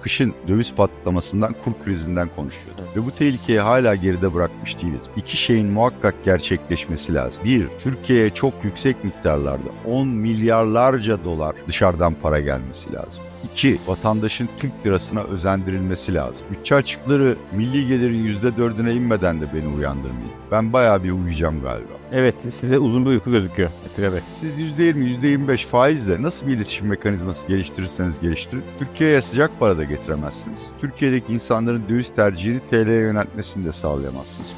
kışın döviz patlamasından, kur krizinden konuşuyorduk. Ve bu tehlikeyi hala geride bırakmış değiliz. İki şeyin muhakkak gerçekleşmesi lazım. Bir, Türkiye'ye çok yüksek miktarlarda 10 milyarlarca dolar dışarıdan para gelmesi lazım. İki, vatandaşın Türk lirasına özendirilmesi lazım. Bütçe açıkları milli gelirin %4'üne inmeden de beni uyandırmayın. Ben bayağı bir uyuyacağım galiba. Evet, size uzun bir uyku gözüküyor Atilla Bey. Siz %20, %25 faizle nasıl bir iletişim mekanizması geliştirirseniz geliştirin, Türkiye'ye sıcak para da getiremezsiniz. Türkiye'deki insanların döviz tercihini TL'ye yöneltmesini de sağlayamazsınız.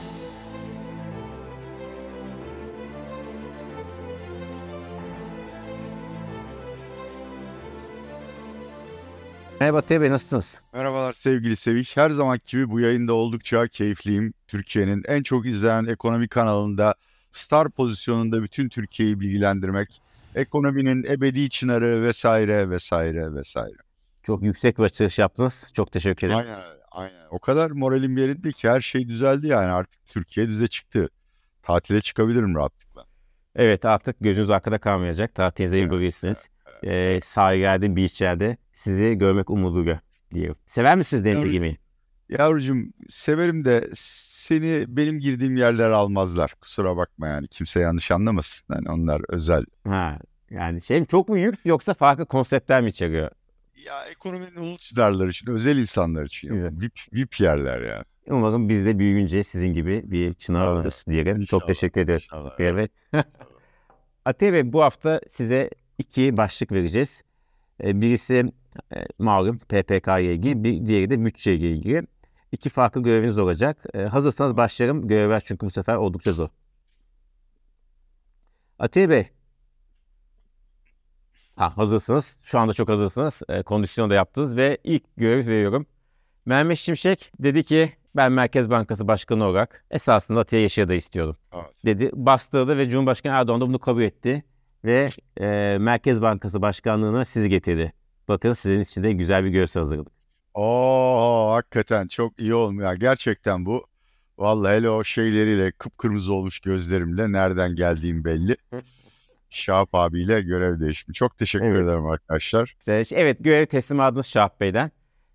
Merhaba Atilla Bey, nasılsınız? Merhabalar sevgili Sevinç. Her zamanki gibi bu yayında oldukça keyifliyim. Türkiye'nin en çok izlenen ekonomi kanalında star pozisyonunda bütün Türkiye'yi bilgilendirmek, ekonominin ebedi çınarı vesaire vesaire vesaire. Çok yüksek bir açılış yaptınız. Çok teşekkür ederim. Aynen. O kadar moralim yerinde ki her şey düzeldi yani artık Türkiye düze çıktı. Tatile çıkabilirim rahatlıkla. Evet, artık gözünüz arkada kalmayacak. Tatilinize yapabilirsiniz. Sahillerde, beachlerde sizi görmek umuduyla diyorum. Sever misiniz denize girmeyi? Yavrucuğum severim de seni benim girdiğim yerler almazlar. Kusura bakma yani kimse yanlış anlamasın. Yani onlar özel. Yani çok mu yük yoksa farklı konseptler mi içeriyor? Ya ekonominin uluçlarları için, özel insanlar için. VIP yerler yani. Umarım biz de büyüyünce sizin gibi bir çınar oluruz diyelim. Çok teşekkür ederim. Evet. Atilla Bey, bu hafta size 2 başlık vereceğiz. Birisi malum PPK'ya ilgili, diğeri de bütçeyle ilgili. 2 farklı göreviniz olacak. Hazırsanız başlayalım. Görevler çünkü bu sefer oldukça zor. Atilla Bey. Hazırsınız. Şu anda çok hazırsınız. Kondisyonu da yaptınız ve ilk görevi veriyorum. Mehmet Şimşek dedi ki ben Merkez Bankası Başkanı olarak esasında Atilla Yeşil'ı da istiyordum. Evet. Dedi, bastırdı ve Cumhurbaşkanı Erdoğan da bunu kabul etti. Ve Merkez Bankası Başkanlığı'na sizi getirdi. Bakın sizin için de güzel bir görev hazırladık. Hakikaten çok iyi olmuyor. Gerçekten bu. Vallahi hele o şeyleriyle kıpkırmızı olmuş gözlerimle nereden geldiğim belli. Şahap abiyle görev değişimi. Çok teşekkür ederim arkadaşlar. Evet, görev teslim aldınız Şahap Bey'den.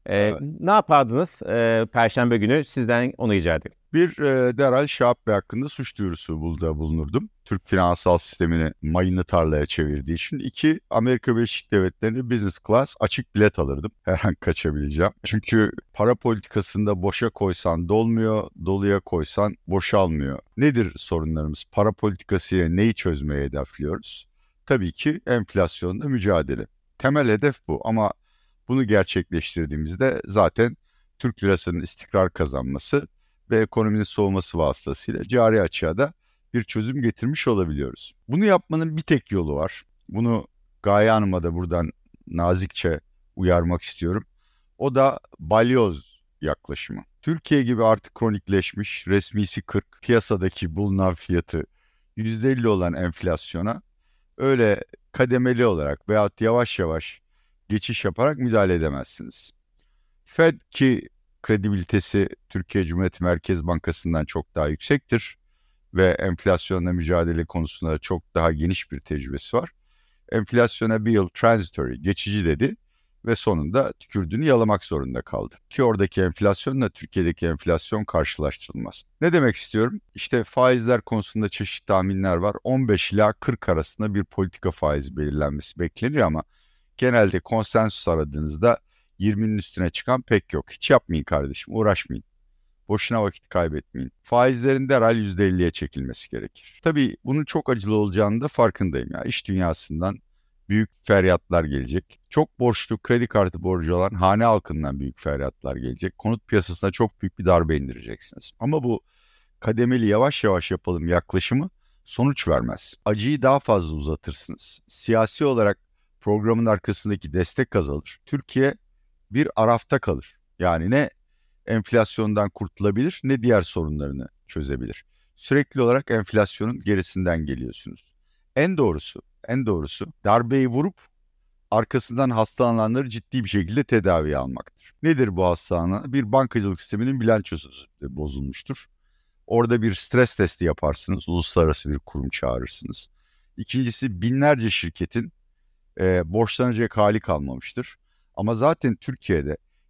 Ne yapardınız Perşembe günü? Sizden onu rica ederim. Bir, derhal Şahap Bey hakkında suç duyurusu bulunurdum. Türk finansal sistemini mayını tarlaya çevirdiği için. 2, Amerika Birleşik Devletleri'ne business class açık bilet alırdım. Her an kaçabileceğim. Çünkü para politikasında boşa koysan dolmuyor, doluya koysan boşalmıyor. Nedir sorunlarımız? Para politikasıyla neyi çözmeye hedefliyoruz? Tabii ki enflasyonla mücadele. Temel hedef bu ama bunu gerçekleştirdiğimizde zaten Türk lirasının istikrar kazanması ve ekonominin soğuması vasıtasıyla cari açığa da bir çözüm getirmiş olabiliyoruz. Bunu yapmanın bir tek yolu var. Bunu Gaye Hanım'a da buradan nazikçe uyarmak istiyorum. O da balyoz yaklaşımı. Türkiye gibi artık kronikleşmiş, resmisi 40, piyasadaki bulunan fiyatı %50 olan enflasyona öyle kademeli olarak veyahut yavaş yavaş geçiş yaparak müdahale edemezsiniz. Fed ki kredibilitesi Türkiye Cumhuriyeti Merkez Bankası'ndan çok daha yüksektir ve enflasyonla mücadele konusunda çok daha geniş bir tecrübesi var. Enflasyona bir yıl transitory, geçici dedi ve sonunda tükürdüğünü yalamak zorunda kaldı. Ki oradaki enflasyonla Türkiye'deki enflasyon karşılaştırılmaz. Ne demek istiyorum? İşte faizler konusunda çeşitli tahminler var. 15 ila 40 arasında bir politika faizi belirlenmesi bekleniyor ama genelde konsensus aradığınızda 20'nin üstüne çıkan pek yok. Hiç yapmayın kardeşim, uğraşmayın. Boşuna vakit kaybetmeyin. Faizlerin derhal %50'ye çekilmesi gerekir. Tabii bunun çok acılı olacağını da farkındayım ya. İş dünyasından büyük feryatlar gelecek. Çok borçlu, kredi kartı borcu olan hane halkından büyük feryatlar gelecek. Konut piyasasına çok büyük bir darbe indireceksiniz. Ama bu kademeli yavaş yavaş yapalım yaklaşımı sonuç vermez. Acıyı daha fazla uzatırsınız. Siyasi olarak programın arkasındaki destek azalır. Türkiye bir arafta kalır. Yani ne enflasyondan kurtulabilir ne diğer sorunlarını çözebilir. Sürekli olarak enflasyonun gerisinden geliyorsunuz. En doğrusu darbeyi vurup arkasından hastalananları ciddi bir şekilde tedaviye almaktır. Nedir bu hastalama? Bir bankacılık sisteminin bilançosu bozulmuştur. Orada bir stres testi yaparsınız, uluslararası bir kurum çağırırsınız. İkincisi binlerce şirketin borçlanacak hali kalmamıştır. Ama zaten Türkiye'de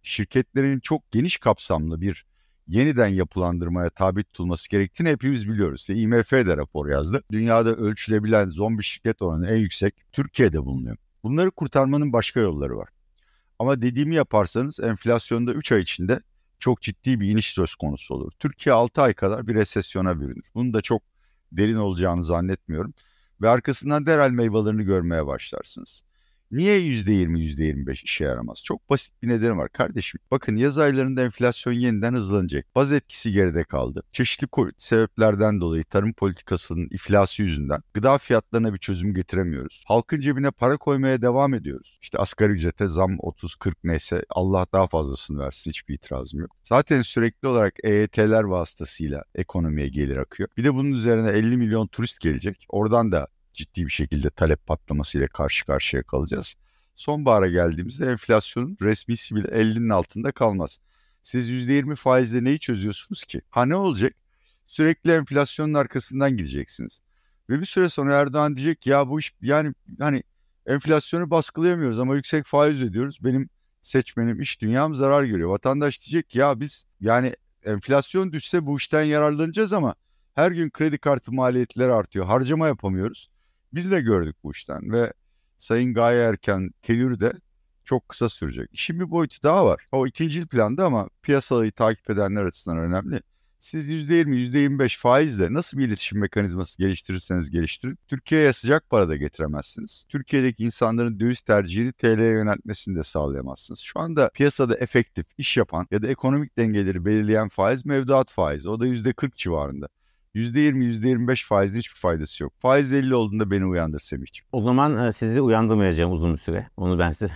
şirketlerin çok geniş kapsamlı bir yeniden yapılandırmaya tabi tutulması gerektiğini hepimiz biliyoruz. İşte IMF de rapor yazdı. Dünyada ölçülebilen zombi şirket oranı en yüksek Türkiye'de bulunuyor. Bunları kurtarmanın başka yolları var. Ama dediğimi yaparsanız enflasyonda 3 ay içinde çok ciddi bir iniş söz konusu olur. Türkiye 6 ay kadar bir resesyona bürünür. Bunun da çok derin olacağını zannetmiyorum. Ve arkasından derhal meyvelerini görmeye başlarsınız. Niye %20, %25 işe yaramaz? Çok basit bir nedeni var kardeşim. Bakın yaz aylarında enflasyon yeniden hızlanacak. Baz etkisi geride kaldı. Çeşitli sebeplerden dolayı tarım politikasının iflası yüzünden gıda fiyatlarına bir çözüm getiremiyoruz. Halkın cebine para koymaya devam ediyoruz. İşte asgari ücrete zam 30-40 neyse Allah daha fazlasını versin, hiçbir itirazım yok. Zaten sürekli olarak EYT'ler vasıtasıyla ekonomiye gelir akıyor. Bir de bunun üzerine 50 milyon turist gelecek. Oradan da ciddi bir şekilde talep patlamasıyla karşı karşıya kalacağız. Sonbahara geldiğimizde enflasyonun resmisi bile 50'nin altında kalmaz. Siz %20 faizle neyi çözüyorsunuz ki? Ha ne olacak? Sürekli enflasyonun arkasından gideceksiniz. Ve bir süre sonra Erdoğan diyecek ya bu iş yani hani enflasyonu baskılayamıyoruz ama yüksek faiz ödüyoruz. Benim seçmenim, iş dünyam zarar görüyor. Vatandaş diyecek ya biz yani enflasyon düşse bu işten yararlanacağız ama her gün kredi kartı maliyetleri artıyor. Harcama yapamıyoruz. Biz de gördük bu işten ve Sayın Gaye Erkan tenürü de çok kısa sürecek. İşin bir boyutu daha var. O ikincil planda ama piyasaları takip edenler açısından önemli. Siz %20, %25 faizle nasıl bir iletişim mekanizması geliştirirseniz geliştirin, Türkiye'ye sıcak para da getiremezsiniz. Türkiye'deki insanların döviz tercihini TL'ye yöneltmesini de sağlayamazsınız. Şu anda piyasada efektif iş yapan ya da ekonomik dengeleri belirleyen faiz mevduat faizi. O da %40 civarında. %20, %25 faizde hiçbir faydası yok. Faiz 50 olduğunda beni uyandır Semihciğim. O zaman sizi uyandırmayacağım uzun bir süre. Onu ben size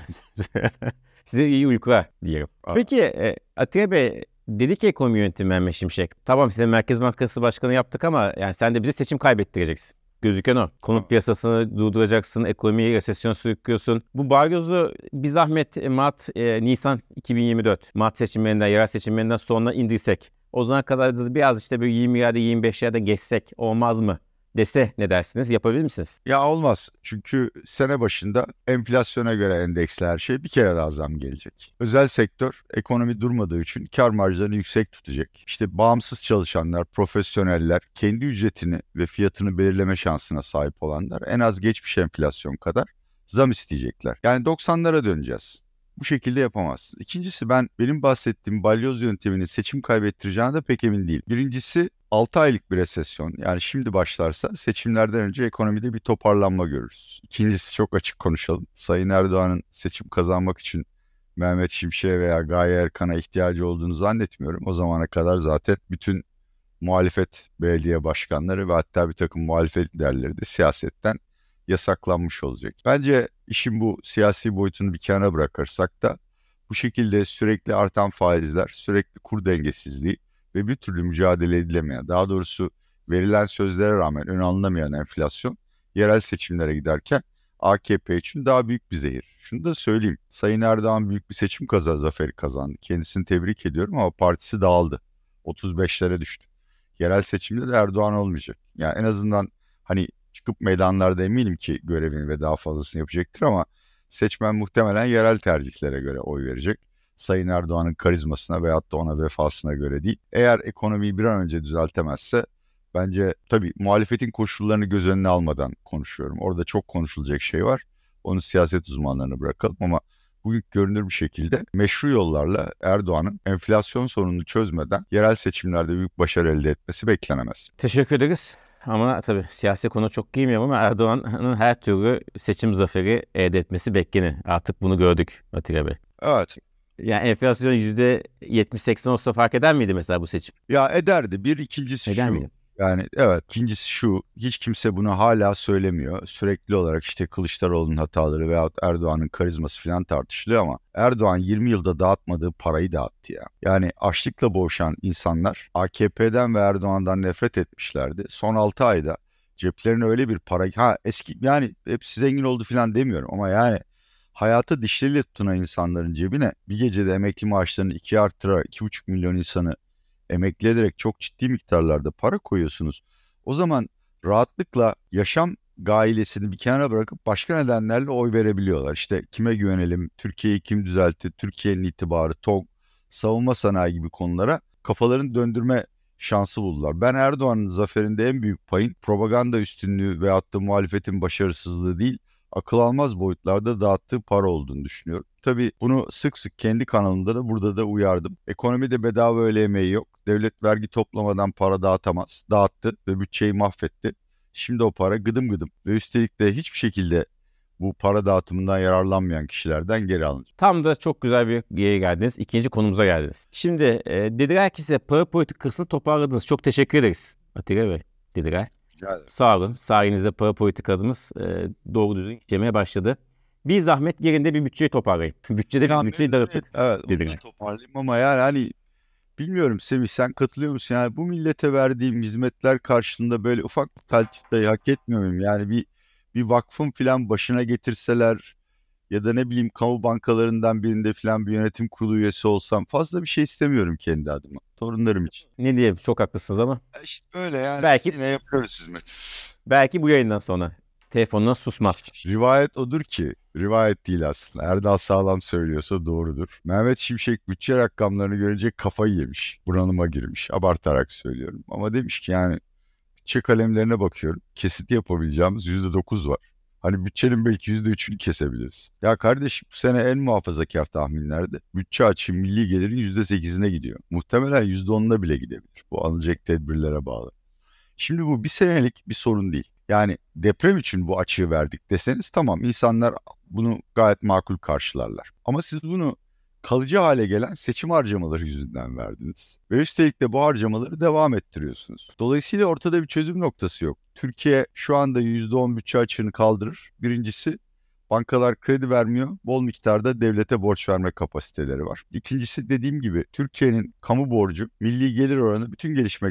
size iyi uykular diyelim. Peki Atiye Bey, dedi ki ekonomi yönetimi Mehmet Şimşek. Tamam size Merkez Bankası Başkanı yaptık ama yani sen de bize seçim kaybettireceksin. Gözüken o. Konut piyasasını durduracaksın, ekonomiyi resesyon sürüklüyorsun. Bu balyozu bir zahmet Nisan 2024, Mart seçimlerinden, yerel seçimlerinden sonra indirsek. O zamana kadar da biraz işte böyle 20 ya da 25 ya da geçsek olmaz mı dese ne dersiniz? Yapabilir misiniz? Ya olmaz. Çünkü sene başında enflasyona göre endeksli her şey bir kere daha zam gelecek. Özel sektör ekonomi durmadığı için kar marjlarını yüksek tutacak. İşte bağımsız çalışanlar, profesyoneller kendi ücretini ve fiyatını belirleme şansına sahip olanlar en az geçmiş enflasyon kadar zam isteyecekler. Yani 90'lara döneceğiz. Bu şekilde yapamazsınız. İkincisi benim bahsettiğim balyoz yönteminin seçim kaybettireceğine de pek emin değilim. Birincisi 6 aylık bir resesyon. Yani şimdi başlarsa seçimlerden önce ekonomide bir toparlanma görürüz. İkincisi çok açık konuşalım. Sayın Erdoğan'ın seçim kazanmak için Mehmet Şimşek'e veya Gaye Erkan'a ihtiyacı olduğunu zannetmiyorum. O zamana kadar zaten bütün muhalefet belediye başkanları ve hatta bir takım muhalefet liderleri de siyasetten yasaklanmış olacak. Bence işin bu siyasi boyutunu bir kenara bırakırsak da bu şekilde sürekli artan faizler, sürekli kur dengesizliği ve bir türlü mücadele edilemeyen, daha doğrusu verilen sözlere rağmen ön alınamayan enflasyon yerel seçimlere giderken AKP için daha büyük bir zehir. Şunu da söyleyeyim, Sayın Erdoğan büyük bir seçim zaferi kazandı. Kendisini tebrik ediyorum ama partisi dağıldı. 35'lere düştü. Yerel seçimde de Erdoğan olmayacak. Yani en azından hani çıkıp meydanlarda eminim ki görevini ve daha fazlasını yapacaktır ama seçmen muhtemelen yerel tercihlere göre oy verecek. Sayın Erdoğan'ın karizmasına veyahut da ona vefasına göre değil. Eğer ekonomiyi bir an önce düzeltemezse bence tabii muhalefetin koşullarını göz önüne almadan konuşuyorum. Orada çok konuşulacak şey var. Onu siyaset uzmanlarına bırakalım ama bugün görünür bir şekilde meşru yollarla Erdoğan'ın enflasyon sorununu çözmeden yerel seçimlerde büyük başarı elde etmesi beklenemez. Teşekkür ederiz. Ama tabii siyasi konu çok giymiyorum ama Erdoğan'ın her türlü seçim zaferi elde etmesi beklenir. Artık bunu gördük Atilla Bey. Evet. Yani enflasyon %70-80 olsa fark eder miydi mesela bu seçim? Ya ederdi. İkincisi Eder şu. miydi? Yani evet, ikincisi şu, hiç kimse bunu hala söylemiyor. Sürekli olarak işte Kılıçdaroğlu'nun hataları veyahut Erdoğan'ın karizması falan tartışılıyor ama Erdoğan 20 yılda dağıtmadığı parayı dağıttı ya. Yani açlıkla boğuşan insanlar AKP'den ve Erdoğan'dan nefret etmişlerdi. Son 6 ayda ceplerine öyle bir para, eski yani hepsi zengin oldu falan demiyorum ama yani hayatı dişleriyle tutunan insanların cebine bir gecede emekli maaşlarını 2'ye arttırarak 2,5 milyon insanı emekli ederek çok ciddi miktarlarda para koyuyorsunuz. O zaman rahatlıkla yaşam gailesini bir kenara bırakıp başka nedenlerle oy verebiliyorlar. İşte kime güvenelim, Türkiye'yi kim düzeltti, Türkiye'nin itibarı, TOG, savunma sanayi gibi konulara kafalarını döndürme şansı buldular. Ben Erdoğan'ın zaferinde en büyük payın propaganda üstünlüğü veyahut da muhalefetin başarısızlığı değil, akıl almaz boyutlarda dağıttığı para olduğunu düşünüyorum. Tabii bunu sık sık kendi kanalımda da burada da uyardım. Ekonomide bedava öğle yemeği yok. Devlet vergi toplamadan para dağıtamaz. Dağıttı ve bütçeyi mahvetti. Şimdi o para gıdım gıdım ve üstelik de hiçbir şekilde bu para dağıtımından yararlanmayan kişilerden geri alınacak. Tam da çok güzel bir yere geldiniz. İkinci konumuza geldiniz. Şimdi dediler ki size para politikasını toparladınız. Çok teşekkür ederiz Atilla Bey dediler. Rica ederim. Sağ olun. Sayenizde para politikamız doğru düzgün işlemeye başladı. Bir zahmet yerinde bir bütçeyi toparlayın. Bütçede bir bütçeyi dağıtın Evet, onu da dediler. toparlayayım ama yani hani bilmiyorum Semih, sen katılıyor musun? Yani bu millete verdiğim hizmetler karşılığında böyle ufak bir taltif dahi hak etmiyor muyum? Yani bir vakfın filan başına getirseler ya da ne bileyim kamu bankalarından birinde filan bir yönetim kurulu üyesi olsam, fazla bir şey istemiyorum kendi adıma. Torunlarım için. Ne diyeyim, çok haklısınız ama İşte böyle yani belki yine yapıyoruz hizmet. belki bu yayından sonra telefonuna susmaz. Rivayet odur ki, rivayet değil aslında. Erdal Sağlam söylüyorsa doğrudur. Mehmet Şimşek bütçe rakamlarını görünce kafayı yemiş. Bunalıma girmiş. Abartarak söylüyorum. Ama demiş ki yani bütçe kalemlerine bakıyorum. Kesit yapabileceğimiz %9 var. Hani bütçenin belki %3'ünü kesebiliriz. Ya kardeşim, bu sene en muhafazakar tahminlerde bütçe açığı milli gelirin %8'ine gidiyor. Muhtemelen %10'una bile gidebilir. Bu alınacak tedbirlere bağlı. Şimdi bu bir senelik bir sorun değil. Yani deprem için bu açığı verdik deseniz tamam, insanlar bunu gayet makul karşılarlar. Ama siz bunu kalıcı hale gelen seçim harcamaları yüzünden verdiniz. Ve üstelik de bu harcamaları devam ettiriyorsunuz. Dolayısıyla ortada bir çözüm noktası yok. Türkiye şu anda %10 bütçe açığını kaldırır. Birincisi, bankalar kredi vermiyor. Bol miktarda devlete borç verme kapasiteleri var. İkincisi, dediğim gibi Türkiye'nin kamu borcu, milli gelir oranı bütün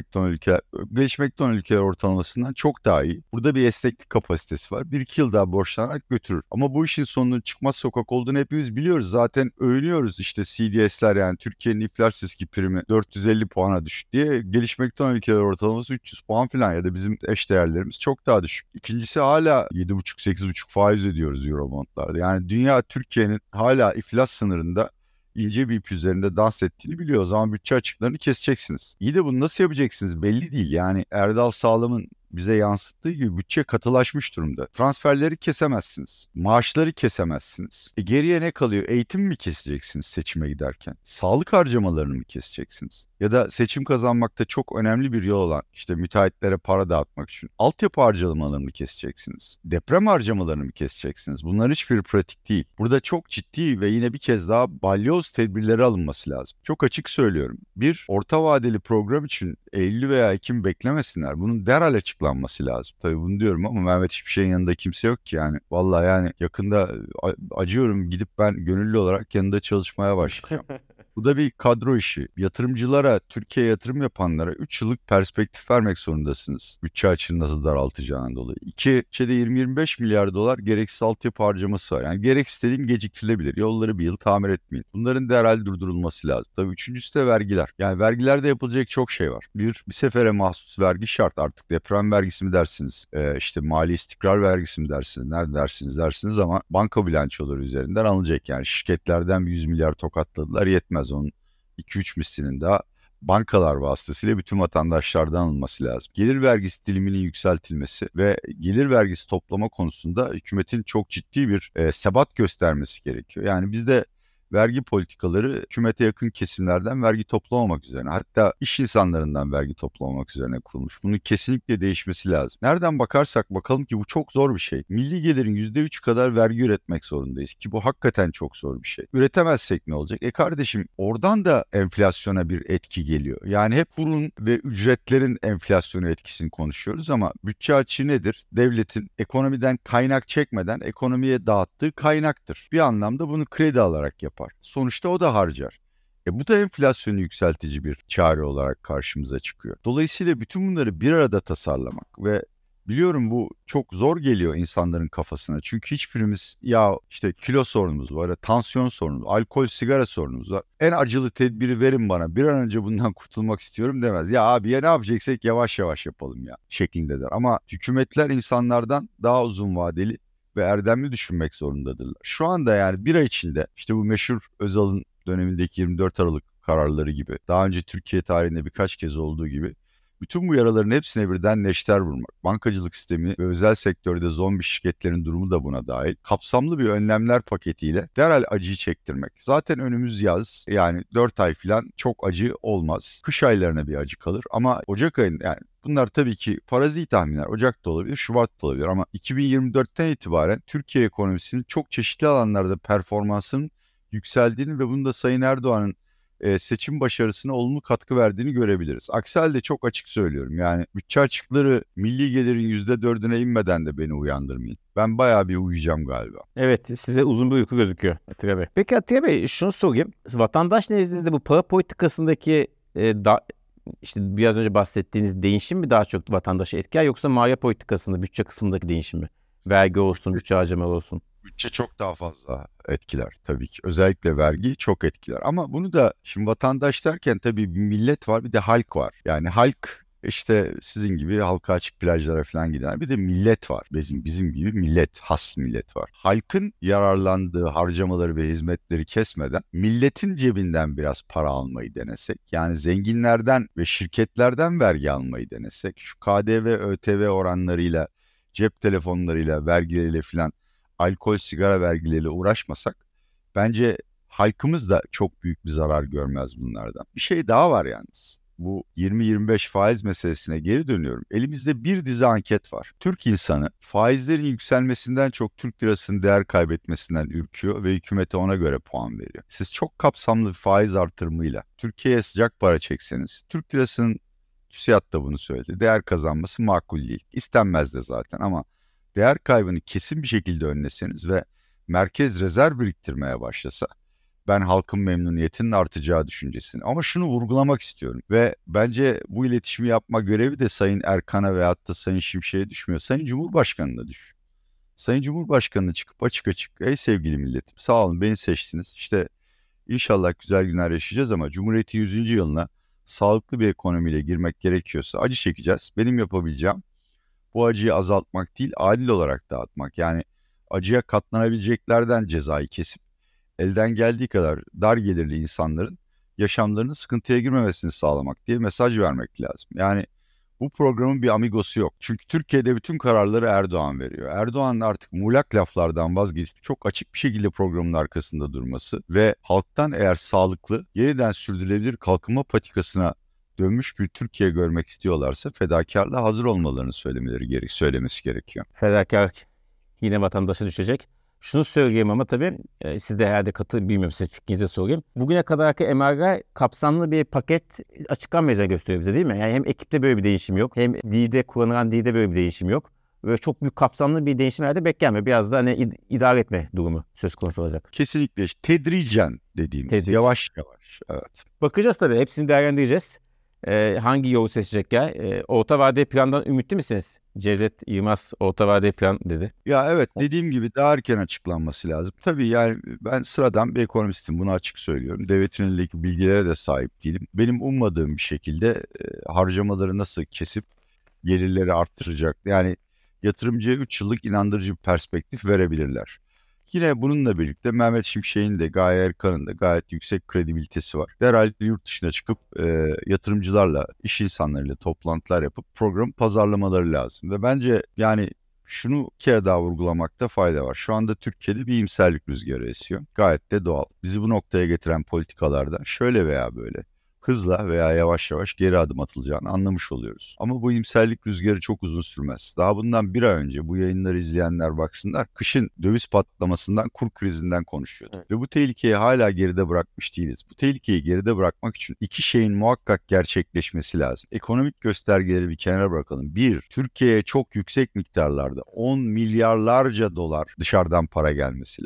gelişmekte olan ülkeler ortalamasından çok daha iyi. Burada bir esneklik kapasitesi var. 1-2 yıl daha borçlanarak götürür. Ama bu işin sonunun çıkmaz sokak olduğunu hepimiz biliyoruz. Zaten övünüyoruz işte CDS'ler, yani Türkiye'nin iflas riski primi 450 puana düştü diye. Gelişmekte olan ülkeler ortalaması 300 puan falan ya da bizim eş değerlerimiz çok daha düşük. İkincisi, hala 7,5-8,5 faiz ödüyoruz Eurobondlarda. Yani dünya Türkiye'nin hala iflas sınırında ince bir ip üzerinde dans ettiğini biliyor. O zaman bütçe açıklarını keseceksiniz. İyi de bunu nasıl yapacaksınız belli değil. Yani Erdal Sağlam'ın bize yansıttığı gibi bütçe katılaşmış durumda. Transferleri kesemezsiniz. Maaşları kesemezsiniz. Geriye ne kalıyor? Eğitim mi keseceksiniz seçime giderken? Sağlık harcamalarını mı keseceksiniz? Ya da seçim kazanmakta çok önemli bir yol olan işte müteahhitlere para dağıtmak için altyapı harcamalarını mı keseceksiniz? Deprem harcamalarını mı keseceksiniz? Bunların hiçbir pratik değil. Burada çok ciddi ve yine bir kez daha balyoz tedbirleri alınması lazım. Çok açık söylüyorum. Bir orta vadeli program için Eylül veya Ekim beklemesinler. Bunun derhal açıklanması lazım. Tabii bunu diyorum ama Mehmet hiçbir şeyin yanında kimse yok ki yani. Vallahi yani yakında acıyorum, gidip ben gönüllü olarak yanında çalışmaya başlayacağım. Bu da bir kadro işi. Yatırımcılara, Türkiye'ye yatırım yapanlara 3 yıllık perspektif vermek zorundasınız. Bütçe açığını nasıl daraltacağından dolayı. Bütçede 20-25 milyar dolar gereksiz altyapı harcaması var. Yani gereksiz dediğim geciktirilebilir. Yolları bir yıl tamir etmeyin. Bunların derhal durdurulması lazım. Tabii üçüncüsü de vergiler. Yani vergilerde yapılacak çok şey var. Bir sefere mahsus vergi şart artık. Deprem vergisi mi dersiniz? İşte mali istikrar vergisi mi dersiniz? Nerede dersiniz ama banka bilançoları üzerinden alınacak. Yani şirketlerden bir 100 milyar tokatladılar, yetmez. Onun 2-3 mislinin daha bankalar vasıtasıyla bütün vatandaşlardan alınması lazım. Gelir vergisi diliminin yükseltilmesi ve gelir vergisi toplama konusunda hükümetin çok ciddi bir sebat göstermesi gerekiyor. Yani bizde vergi politikaları hükümete yakın kesimlerden vergi toplamamak üzerine, hatta iş insanlarından vergi toplamamak üzerine kurulmuş. Bunun kesinlikle değişmesi lazım. Nereden bakarsak bakalım ki bu çok zor bir şey. Milli gelirin %3 kadar vergi üretmek zorundayız ki bu hakikaten çok zor bir şey. Üretemezsek ne olacak? Kardeşim, oradan da enflasyona bir etki geliyor. Yani hep kurun ve ücretlerin enflasyona etkisini konuşuyoruz ama bütçe açığı nedir? Devletin ekonomiden kaynak çekmeden ekonomiye dağıttığı kaynaktır. Bir anlamda bunu kredi alarak yapar. Sonuçta o da harcar. Bu da enflasyonu yükseltici bir çare olarak karşımıza çıkıyor. Dolayısıyla bütün bunları bir arada tasarlamak ve Biliyorum bu çok zor geliyor insanların kafasına. Çünkü hiçbirimiz ya işte kilo sorunumuz var, ya tansiyon sorunumuz, alkol, sigara sorunumuz var. En acılı tedbiri verin bana. Bir an önce bundan kurtulmak istiyorum demez. Ya abi ya ne yapacaksak yavaş yavaş yapalım ya şeklindedir. Ama hükümetler insanlardan daha uzun vadeli ve erdemli düşünmek zorundadırlar. Şu anda yani bir ay içinde işte bu meşhur Özal'ın dönemindeki 24 Aralık kararları gibi, daha önce Türkiye tarihinde birkaç kez olduğu gibi bütün bu yaraların hepsine birden neşter vurmak, bankacılık sistemi ve özel sektörde zombi şirketlerin durumu da buna dahil, kapsamlı bir önlemler paketiyle derhal acıyı çektirmek. Zaten önümüz yaz, yani 4 ay falan çok acı olmaz. Kış aylarına bir acı kalır ama Ocak ayında yani bunlar tabii ki farazi tahminler. Ocak'ta olabilir, Şubat'ta olabilir ama 2024'ten itibaren Türkiye ekonomisinin çok çeşitli alanlarda performansının yükseldiğini ve bunu da Sayın Erdoğan'ın seçim başarısına olumlu katkı verdiğini görebiliriz. Aksi halde çok açık söylüyorum. Yani bütçe açıkları milli gelirin %4'üne inmeden de beni uyandırmayın. Ben bayağı bir uyuyacağım galiba. Evet, size uzun bir uyku gözüküyor Atiye Bey. Peki Atiye Bey, şunu sorayım. Vatandaş nezdinizde bu para politikasındaki işte biraz önce bahsettiğiniz değişim mi daha çok vatandaşı etkiler, yoksa maliye politikasında bütçe kısmındaki değişim mi? Vergi olsun, bütçe harcamaları olsun. Bütçe çok daha fazla etkiler tabii ki. Özellikle vergi çok etkiler. Ama bunu da şimdi vatandaş derken tabii bir millet var, bir de halk var. Yani halk işte sizin gibi halka açık plajlara falan giden bir de millet var. Bizim gibi millet, has millet var. Halkın yararlandığı harcamaları ve hizmetleri kesmeden milletin cebinden biraz para almayı denesek, yani zenginlerden ve şirketlerden vergi almayı denesek, şu KDV, ÖTV oranlarıyla, cep telefonlarıyla, vergileriyle falan alkol, sigara vergileriyle uğraşmasak bence halkımız da çok büyük bir zarar görmez bunlardan. Bir şey daha var yalnız. Bu 20-25 faiz meselesine geri dönüyorum. Elimizde bir dizi anket var. Türk insanı faizlerin yükselmesinden çok Türk lirasının değer kaybetmesinden ürküyor ve hükümete ona göre puan veriyor. Siz çok kapsamlı bir faiz artırımıyla Türkiye'ye sıcak para çekseniz, Türk lirasının TÜSİAD da bunu söyledi, değer kazanması makul değil. İstenmez de zaten ama değer kaybını kesin bir şekilde önleseniz ve merkez rezerv biriktirmeye başlasa, ben halkın memnuniyetinin artacağı düşüncesini. Ama şunu vurgulamak istiyorum ve bence bu iletişimi yapma görevi de Sayın Erkan'a veyahut da Sayın Şimşek'e düşmüyor. Sayın Cumhurbaşkanı'na düş. Sayın Cumhurbaşkanı'na çıkıp açık açık, ey sevgili milletim, sağ olun beni seçtiniz. İşte inşallah güzel günler yaşayacağız ama Cumhuriyet'in 100. yılına sağlıklı bir ekonomiyle girmek gerekiyorsa acı çekeceğiz. Benim yapabileceğim bu acıyı azaltmak değil, adil olarak dağıtmak. Yani acıya katlanabileceklerden cezayı kesip elden geldiği kadar dar gelirli insanların yaşamlarının sıkıntıya girmemesini sağlamak diye mesaj vermek lazım. Yani bu programın bir amigosu yok. Çünkü Türkiye'de bütün kararları Erdoğan veriyor. Erdoğan'ın artık muğlak laflardan vazgeçip çok açık bir şekilde programın arkasında durması ve halktan eğer sağlıklı, yeniden sürdürülebilir kalkınma patikasına dönmüş bir Türkiye görmek istiyorlarsa fedakarlığa hazır olmalarını söylemesi gerekiyor. Fedakarlık yine vatandaşa düşecek. Şunu söyleyeyim ama tabii siz de herhalde bilmiyorum, size fikrinize sorayım. Bugüne kadarki MR'a kapsamlı bir paket açıklanmayacağını gösteriyor bize, değil mi? Yani hem ekipte böyle bir değişim yok, hem kullanılan dilde böyle bir değişim yok. Böyle çok büyük kapsamlı bir değişim herhalde beklenmiyor. Biraz da hani idare etme durumu söz konusu olacak. Kesinlikle tedricen dediğimiz, yavaş yavaş. Evet. Bakacağız tabii, hepsini değerlendireceğiz. Hangi yolu seçecekler? Orta vadeli plandan ümitli misiniz? Cevdet Yılmaz orta vadeli plan dedi. Ya evet, dediğim gibi daha erken açıklanması lazım. Tabii yani ben sıradan bir ekonomistim, bunu açık söylüyorum. Devletin elindeki bilgilere de sahip değilim. Benim ummadığım bir şekilde harcamaları nasıl kesip gelirleri arttıracak. Yani yatırımcıya 3 yıllık inandırıcı bir perspektif verebilirler. Yine bununla birlikte Mehmet Şimşek'in de Gaye Erkan'ın da gayet yüksek kredibilitesi var. Derhal yurt dışına çıkıp yatırımcılarla, iş insanlarıyla toplantılar yapıp programı pazarlamaları lazım. Ve bence yani şunu bir kere daha vurgulamakta fayda var. Şu anda Türkiye'de bir iyimserlik rüzgarı esiyor. Gayet de doğal. Bizi bu noktaya getiren politikalarda şöyle veya böyle hızla veya yavaş yavaş geri adım atılacağını anlamış oluyoruz. Ama bu iyimserlik rüzgarı çok uzun sürmez. Daha bundan bir ay önce bu yayınları izleyenler baksınlar, kışın döviz patlamasından, kur krizinden konuşuyorduk. Evet. Ve bu tehlikeyi hala geride bırakmış değiliz. Bu tehlikeyi geride bırakmak için iki şeyin muhakkak gerçekleşmesi lazım. Ekonomik göstergeleri bir kenara bırakalım. Bir, Türkiye'ye çok yüksek miktarlarda 10 milyarlarca dolar dışarıdan para gelmesi lazım.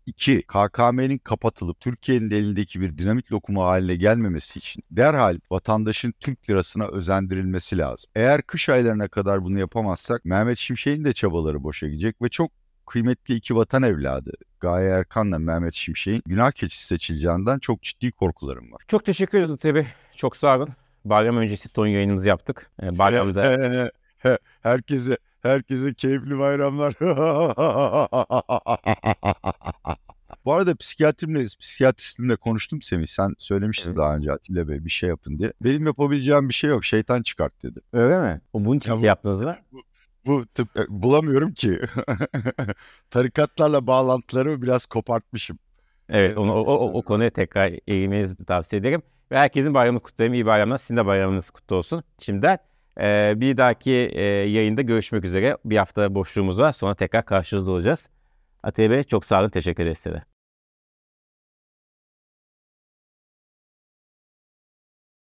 2. KKM'nin kapatılıp Türkiye'nin elindeki bir dinamit lokumu haline gelmemesi için derhal vatandaşın Türk lirasına özendirilmesi lazım. Eğer kış aylarına kadar bunu yapamazsak Mehmet Şimşek'in de çabaları boşa gidecek ve çok kıymetli iki vatan evladı Gaye Erkan'la Mehmet Şimşek'in günah keçisi seçileceğinden çok ciddi korkularım var. Çok teşekkür ederiz tabii. Çok sağ olun. Bayram öncesi son yayınımızı yaptık. Bayramda herkese keyifli bayramlar. Bu arada psikiyatristimle konuştum Semih. Sen söylemiştin daha önce Atilla Bey bir şey yapın diye. Benim yapabileceğim bir şey yok. Şeytan çıkart dedi. Öyle mi? Bunun için yaptınız mı? Bu tıp bulamıyorum ki. Tarikatlarla bağlantılarımı biraz kopartmışım. Evet, o konuya tekrar eğilmenizi tavsiye ederim. Ve herkesin bayramını kutlayayım. İyi bayramlar. Sizin de bayramınız kutlu olsun. Şimdiden bir dahaki yayında görüşmek üzere. Bir hafta boşluğumuz var. Sonra tekrar karşınızda olacağız. Atilla Bey çok sağ olun. Teşekkür ederiz size de.